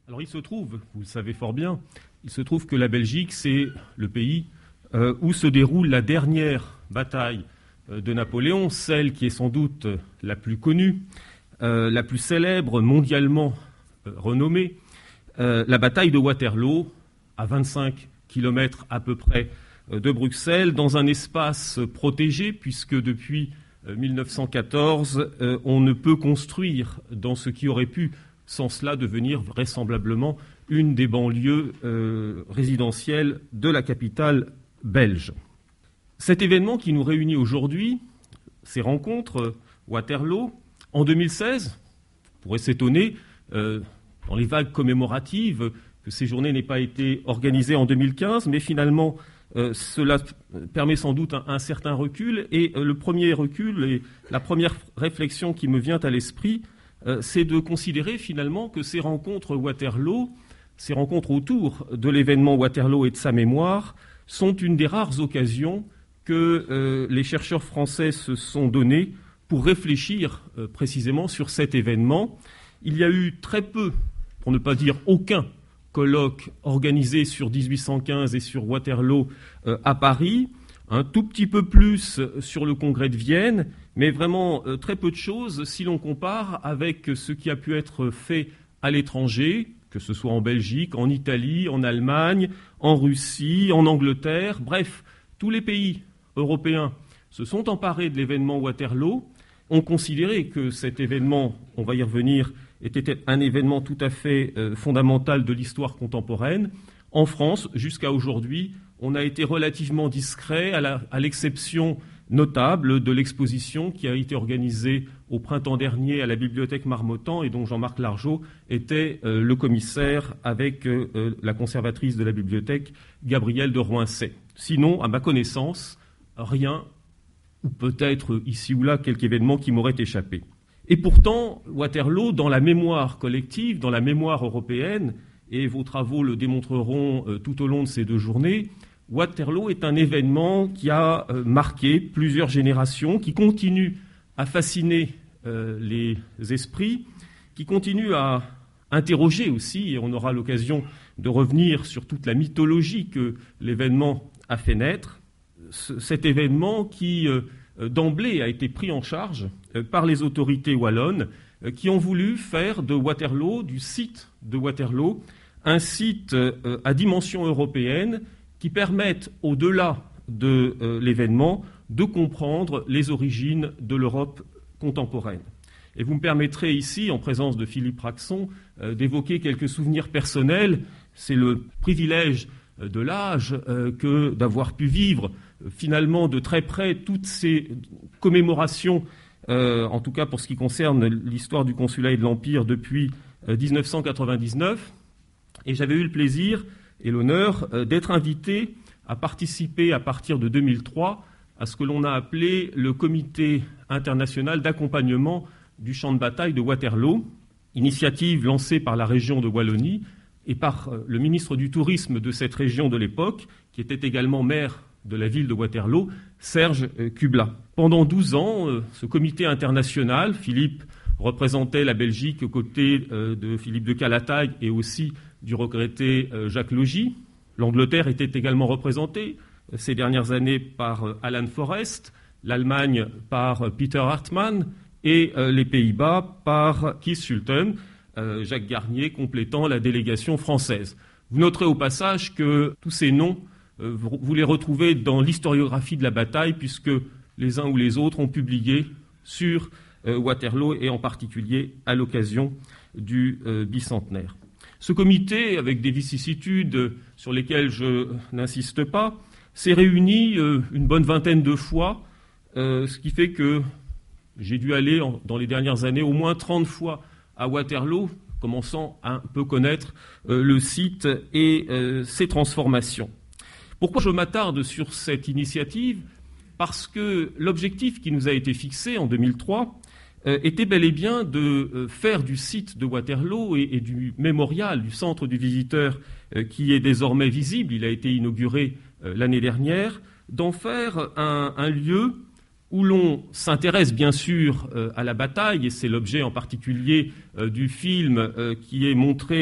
Alors il se trouve, vous le savez fort bien, il se trouve que la Belgique, c'est le pays où se déroule la dernière bataille de Napoléon, celle qui est sans doute la plus connue, la plus célèbre, mondialement renommée, la bataille de Waterloo, à 25 kilomètres à peu près de Bruxelles, dans un espace protégé, puisque depuis 1914, on ne peut construire dans ce qui aurait pu, sans cela, devenir vraisemblablement une des banlieues résidentielles de la capitale belge. Cet événement qui nous réunit aujourd'hui, ces rencontres, Waterloo, en 2016, on pourrait s'étonner, dans les vagues commémoratives, que ces journées n'aient pas été organisées en 2015, mais finalement, cela permet sans doute un certain recul. Et le premier recul et la première réflexion qui me vient à l'esprit, c'est de considérer finalement que ces rencontres Waterloo, ces rencontres autour de l'événement Waterloo et de sa mémoire, sont une des rares occasions que les chercheurs français se sont données pour réfléchir précisément sur cet événement. Il y a eu très peu, pour ne pas dire aucun, colloque organisé sur 1815 et sur Waterloo à Paris, un tout petit peu plus sur le congrès de Vienne, mais vraiment très peu de choses si l'on compare avec ce qui a pu être fait à l'étranger, que ce soit en Belgique, en Italie, en Allemagne, en Russie, en Angleterre. Bref, tous les pays européens se sont emparés de l'événement Waterloo, ont considéré que cet événement, on va y revenir, était un événement tout à fait fondamental de l'histoire contemporaine. En France, jusqu'à aujourd'hui, on a été relativement discret, à l'exception notable de l'exposition qui a été organisée au printemps dernier à la bibliothèque Marmottan et dont Jean-Marc Largeau était le commissaire avec la conservatrice de la bibliothèque, Gabrielle de Roincey. Sinon, à ma connaissance, rien, ou peut-être ici ou là quelques événements qui m'auraient échappé. Et pourtant, Waterloo, dans la mémoire collective, dans la mémoire européenne, et vos travaux le démontreront tout au long de ces 2 journées, Waterloo est un événement qui a marqué plusieurs générations, qui continue à fasciner les esprits, qui continue à interroger aussi, et on aura l'occasion de revenir sur toute la mythologie que l'événement a fait naître. Cet événement qui, d'emblée, a été pris en charge par les autorités wallonnes qui ont voulu faire de Waterloo, du site de Waterloo, un site à dimension européenne qui permette, au-delà de l'événement, de comprendre les origines de l'Europe contemporaine. Et vous me permettrez ici, en présence de Philippe Raxon, d'évoquer quelques souvenirs personnels. C'est le privilège de l'âge que d'avoir pu vivre finalement de très près toutes ces commémorations, en tout cas pour ce qui concerne l'histoire du consulat et de l'Empire depuis 1999. Et j'avais eu le plaisir et l'honneur d'être invité à participer à partir de 2003 à ce que l'on a appelé le Comité international d'accompagnement du champ de bataille de Waterloo, initiative lancée par la région de Wallonie et par le ministre du Tourisme de cette région de l'époque, qui était également maire de la ville de Waterloo, Serge Kubla. Pendant 12 ans, ce comité international, Philippe représentait la Belgique aux côtés de Philippe de Calataille et aussi du regretté Jacques Logy. L'Angleterre était également représentée ces dernières années par Alan Forrest, l'Allemagne par Peter Hartmann et les Pays-Bas par Kees Schulten, Jacques Garnier complétant la délégation française. Vous noterez au passage que tous ces noms, vous les retrouvez dans l'historiographie de la bataille, puisque les uns ou les autres ont publié sur Waterloo et en particulier à l'occasion du bicentenaire. Ce comité, avec des vicissitudes sur lesquelles je n'insiste pas, s'est réuni une bonne vingtaine de fois, ce qui fait que j'ai dû aller dans les dernières années au moins 30 fois à Waterloo, commençant à un peu connaître le site et ses transformations. Pourquoi je m'attarde sur cette initiative ? Parce que l'objectif qui nous a été fixé en 2003 était bel et bien de faire du site de Waterloo et du mémorial, du centre du visiteur qui est désormais visible, il a été inauguré l'année dernière, d'en faire un lieu où l'on s'intéresse bien sûr à la bataille, et c'est l'objet en particulier du film qui est montré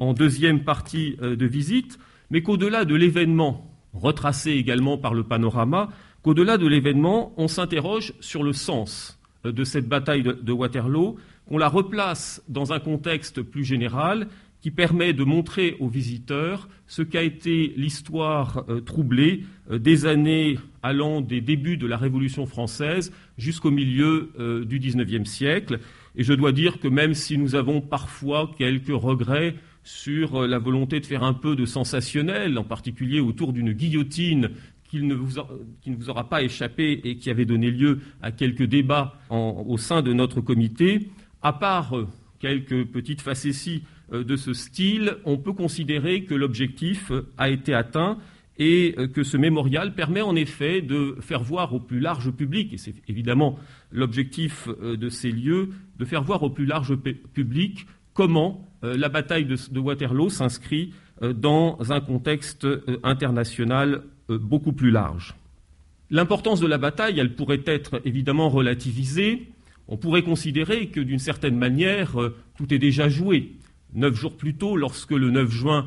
en deuxième partie de visite, mais qu'au-delà de l'événement, retracé également par le panorama, qu'au-delà de l'événement, on s'interroge sur le sens de cette bataille de Waterloo, qu'on la replace dans un contexte plus général qui permet de montrer aux visiteurs ce qu'a été l'histoire troublée des années allant des débuts de la Révolution française jusqu'au milieu du XIXe siècle. Et je dois dire que même si nous avons parfois quelques regrets sur la volonté de faire un peu de sensationnel, en particulier autour d'une guillotine qui ne vous aura pas échappé et qui avait donné lieu à quelques débats au sein de notre comité, à part quelques petites facéties de ce style, on peut considérer que l'objectif a été atteint et que ce mémorial permet en effet de faire voir au plus large public, et c'est évidemment l'objectif de ces lieux, de faire voir au plus large public comment la bataille de Waterloo s'inscrit dans un contexte international beaucoup plus large. L'importance de la bataille, elle pourrait être évidemment relativisée. On pourrait considérer que d'une certaine manière, tout est déjà joué. 9 jours plus tôt, lorsque le 9 juin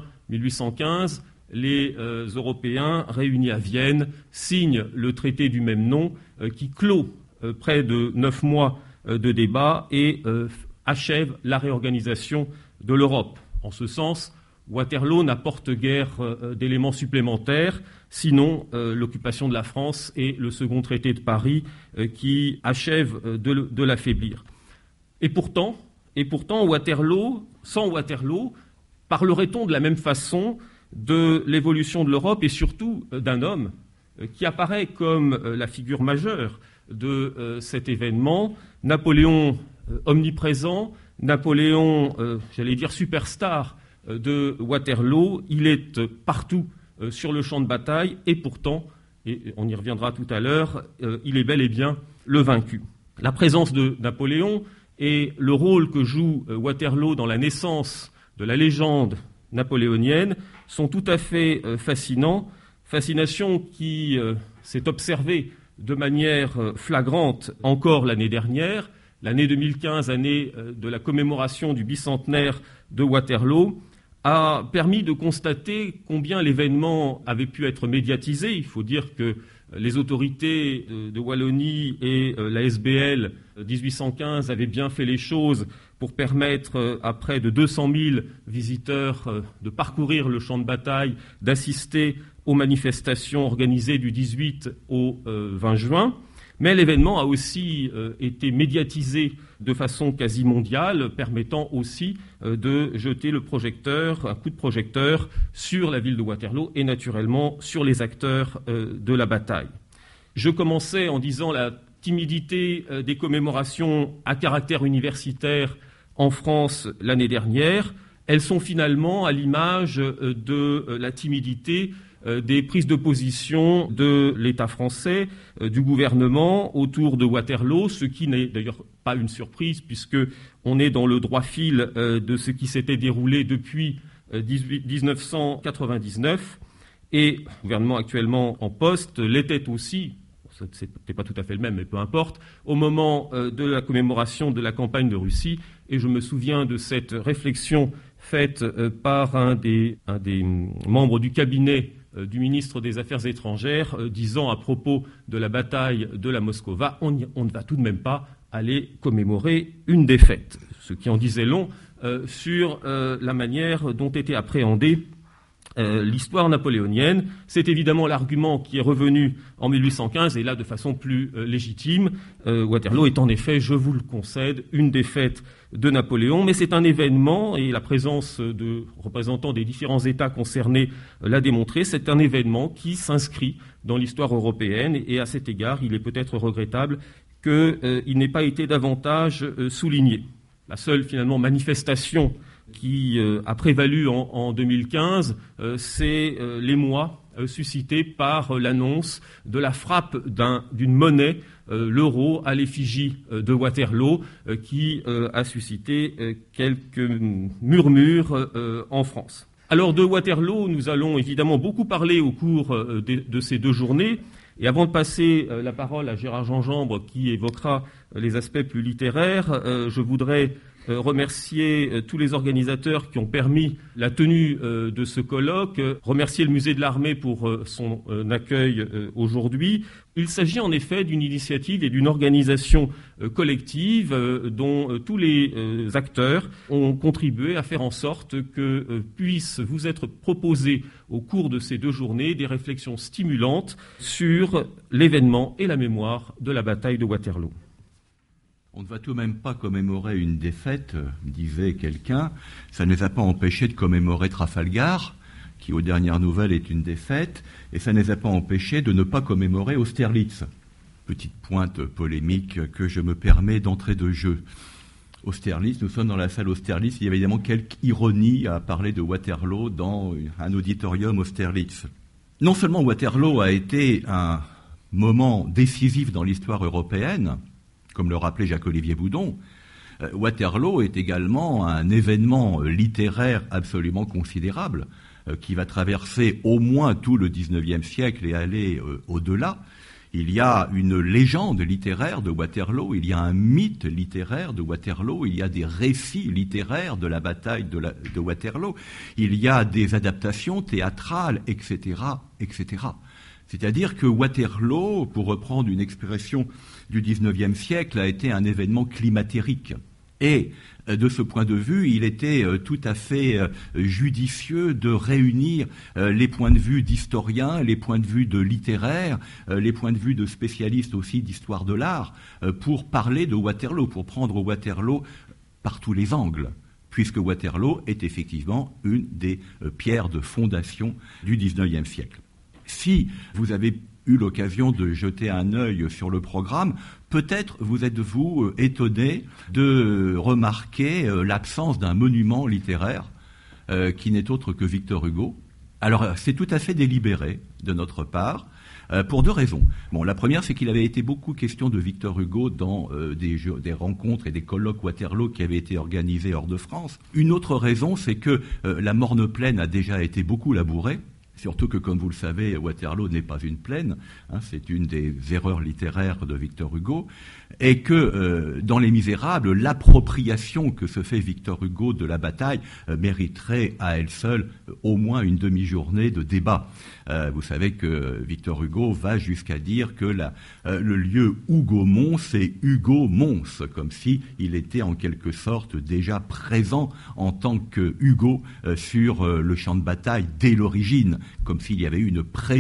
1815, les Européens réunis à Vienne signent le traité du même nom qui clôt près de 9 mois de débats et achève la réorganisation de l'Europe. En ce sens, Waterloo n'apporte guère d'éléments supplémentaires, sinon l'occupation de la France et le second traité de Paris qui achèvent de l'affaiblir. Et pourtant, Waterloo, sans Waterloo, parlerait-on de la même façon de l'évolution de l'Europe et surtout d'un homme qui apparaît comme la figure majeure de cet événement, Napoléon omniprésent, Napoléon, j'allais dire superstar de Waterloo, il est partout sur le champ de bataille et pourtant, et on y reviendra tout à l'heure, il est bel et bien le vaincu. La présence de Napoléon et le rôle que joue Waterloo dans la naissance de la légende napoléonienne sont tout à fait fascinants, fascination qui s'est observée de manière flagrante encore l'année dernière, l'année 2015, année de la commémoration du bicentenaire de Waterloo, a permis de constater combien l'événement avait pu être médiatisé. Il faut dire que les autorités de Wallonie et la SBL 1815 avaient bien fait les choses pour permettre à près de 200 000 visiteurs de parcourir le champ de bataille, d'assister aux manifestations organisées du 18 au 20 juin. Mais l'événement a aussi été médiatisé de façon quasi mondiale, permettant aussi de jeter un coup de projecteur sur la ville de Waterloo et naturellement sur les acteurs de la bataille. Je commençais en disant la timidité des commémorations à caractère universitaire en France l'année dernière. Elles sont finalement à l'image de la timidité des prises de position de l'État français, du gouvernement autour de Waterloo, ce qui n'est d'ailleurs pas une surprise puisque on est dans le droit fil de ce qui s'était déroulé depuis 1999 et le gouvernement actuellement en poste l'était aussi, c'était pas tout à fait le même mais peu importe, au moment de la commémoration de la campagne de Russie et je me souviens de cette réflexion faite par un des membres du cabinet du ministre des Affaires étrangères disant à propos de la bataille de la Moskova, on ne va tout de même pas aller commémorer une défaite. Ce qui en disait long sur la manière dont était appréhendée l'histoire napoléonienne. C'est évidemment l'argument qui est revenu en 1815 et là de façon plus légitime. Waterloo est en effet, je vous le concède, une défaite de Napoléon, mais c'est un événement, et la présence de représentants des différents États concernés l'a démontré, c'est un événement qui s'inscrit dans l'histoire européenne, et à cet égard, il est peut-être regrettable qu'il n'ait pas été davantage souligné. La seule, finalement, manifestation qui a prévalu en 2015, c'est l'émoi suscité par l'annonce de la frappe d'une monnaie, l'euro, à l'effigie de Waterloo, qui a suscité quelques murmures en France. Alors de Waterloo, nous allons évidemment beaucoup parler au cours de ces 2 journées. Et avant de passer la parole à Gérard Gingembre qui évoquera les aspects plus littéraires, je voudrais remercier tous les organisateurs qui ont permis la tenue de ce colloque, remercier le Musée de l'Armée pour son accueil aujourd'hui. Il s'agit en effet d'une initiative et d'une organisation collective dont tous les acteurs ont contribué à faire en sorte que puissent vous être proposées au cours de ces 2 journées des réflexions stimulantes sur l'événement et la mémoire de la bataille de Waterloo. On ne va tout de même pas commémorer une défaite, disait quelqu'un. Ça ne les a pas empêchés de commémorer Trafalgar, qui aux dernières nouvelles est une défaite, et ça ne les a pas empêchés de ne pas commémorer Austerlitz. Petite pointe polémique que je me permets d'entrer de jeu. Austerlitz, nous sommes dans la salle Austerlitz, il y a évidemment quelque ironie à parler de Waterloo dans un auditorium Austerlitz. Non seulement Waterloo a été un moment décisif dans l'histoire européenne, comme le rappelait Jacques-Olivier Boudon, Waterloo est également un événement littéraire absolument considérable qui va traverser au moins tout le XIXe siècle et aller au-delà. Il y a une légende littéraire de Waterloo, il y a un mythe littéraire de Waterloo, il y a des récits littéraires de la bataille de Waterloo, il y a des adaptations théâtrales, etc., etc. C'est-à-dire que Waterloo, pour reprendre une expression du XIXe siècle, a été un événement climatérique. Et de ce point de vue, il était tout à fait judicieux de réunir les points de vue d'historiens, les points de vue de littéraires, les points de vue de spécialistes aussi d'histoire de l'art, pour parler de Waterloo, pour prendre Waterloo par tous les angles, puisque Waterloo est effectivement une des pierres de fondation du XIXe siècle. Si vous avez eu l'occasion de jeter un œil sur le programme, peut-être vous êtes-vous étonné de remarquer l'absence d'un monument littéraire qui n'est autre que Victor Hugo. Alors, c'est tout à fait délibéré de notre part, pour 2 raisons. Bon, la première, c'est qu'il avait été beaucoup question de Victor Hugo dans des rencontres et des colloques Waterloo qui avaient été organisés hors de France. Une autre raison, c'est que la Morne Plaine a déjà été beaucoup labourée. Surtout que, comme vous le savez, Waterloo n'est pas une plaine, c'est une des erreurs littéraires de Victor Hugo, et que dans Les Misérables, l'appropriation que se fait Victor Hugo de la bataille mériterait à elle seule au moins une demi-journée de débat. Vous savez que Victor Hugo va jusqu'à dire que le lieu Hugomons, c'est Hugo Mons, comme si il était en quelque sorte déjà présent en tant que Hugo sur le champ de bataille dès l'origine, comme s'il y avait eu une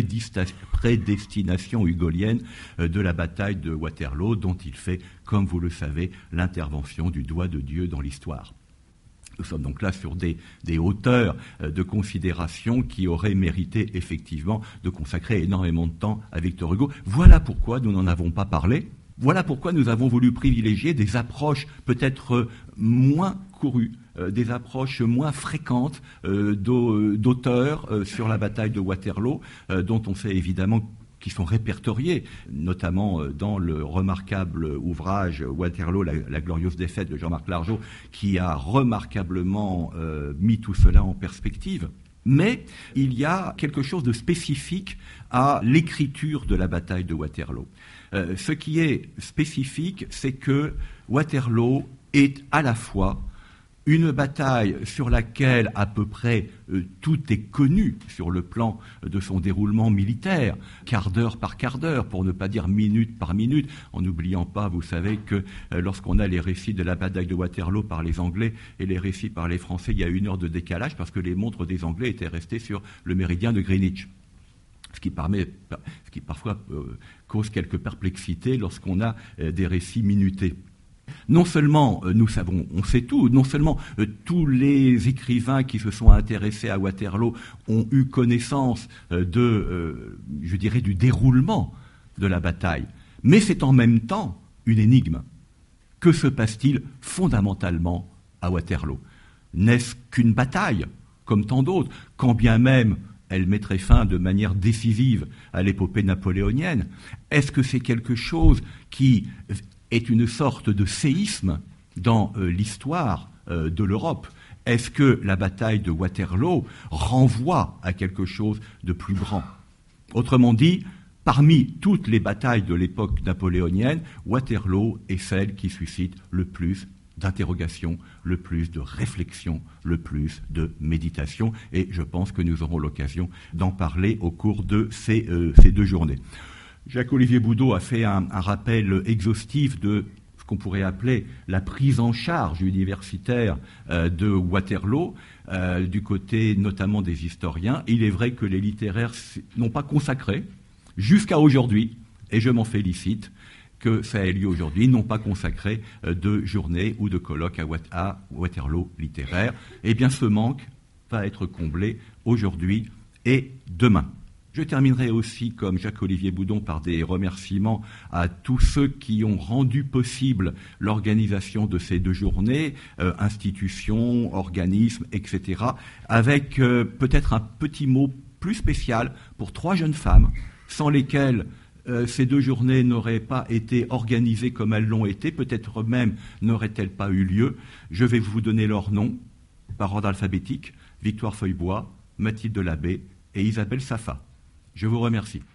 prédestination hugolienne de la bataille de Waterloo, dont il fait, comme vous le savez, l'intervention du doigt de Dieu dans l'histoire. Nous sommes donc là sur des hauteurs de considération qui auraient mérité effectivement de consacrer énormément de temps à Victor Hugo. Voilà pourquoi nous n'en avons pas parlé. Voilà pourquoi nous avons voulu privilégier des approches peut-être moins courues, des approches moins fréquentes d'auteurs sur la bataille de Waterloo, dont on sait évidemment qui sont répertoriés, notamment dans le remarquable ouvrage Waterloo, la glorieuse défaite de Jean-Marc Largeau, qui a remarquablement mis tout cela en perspective. Mais il y a quelque chose de spécifique à l'écriture de la bataille de Waterloo. Ce qui est spécifique, c'est que Waterloo est à la fois une bataille sur laquelle à peu près tout est connu sur le plan de son déroulement militaire, quart d'heure par quart d'heure, pour ne pas dire minute par minute, en n'oubliant pas, vous savez, que lorsqu'on a les récits de la bataille de Waterloo par les Anglais et les récits par les Français, il y a 1 heure de décalage parce que les montres des Anglais étaient restées sur le méridien de Greenwich. Ce qui parfois cause quelques perplexités lorsqu'on a des récits minutés. Non seulement nous savons, on sait tout, non seulement tous les écrivains qui se sont intéressés à Waterloo ont eu connaissance du déroulement de la bataille, mais c'est en même temps une énigme. Que se passe-t-il fondamentalement à Waterloo? N'est-ce qu'une bataille, comme tant d'autres, quand bien même elle mettrait fin de manière décisive à l'épopée napoléonienne? Est-ce que c'est quelque chose qui est une sorte de séisme dans l'histoire de l'Europe? Est-ce que la bataille de Waterloo renvoie à quelque chose de plus grand? Autrement dit, parmi toutes les batailles de l'époque napoléonienne, Waterloo est celle qui suscite le plus d'interrogation, le plus de réflexion, le plus de méditation. Et je pense que nous aurons l'occasion d'en parler au cours de ces 2 journées. Jacques-Olivier Boudot a fait un rappel exhaustif de ce qu'on pourrait appeler la prise en charge universitaire de Waterloo, du côté notamment des historiens. Il est vrai que les littéraires n'ont pas consacré, jusqu'à aujourd'hui, et je m'en félicite, que ça ait lieu aujourd'hui, n'ont pas consacré de journée ou de colloque à Waterloo littéraire. Eh bien, ce manque va être comblé aujourd'hui et demain. Je terminerai aussi, comme Jacques-Olivier Boudon, par des remerciements à tous ceux qui ont rendu possible l'organisation de ces 2 journées, institutions, organismes, etc., avec peut-être un petit mot plus spécial pour 3 jeunes femmes, sans lesquelles ces 2 journées n'auraient pas été organisées comme elles l'ont été, peut-être même n'auraient-elles pas eu lieu. Je vais vous donner leurs noms, par ordre alphabétique: Victoire Feuillebois, Mathilde Labbé et Isabelle Safa. Je vous remercie.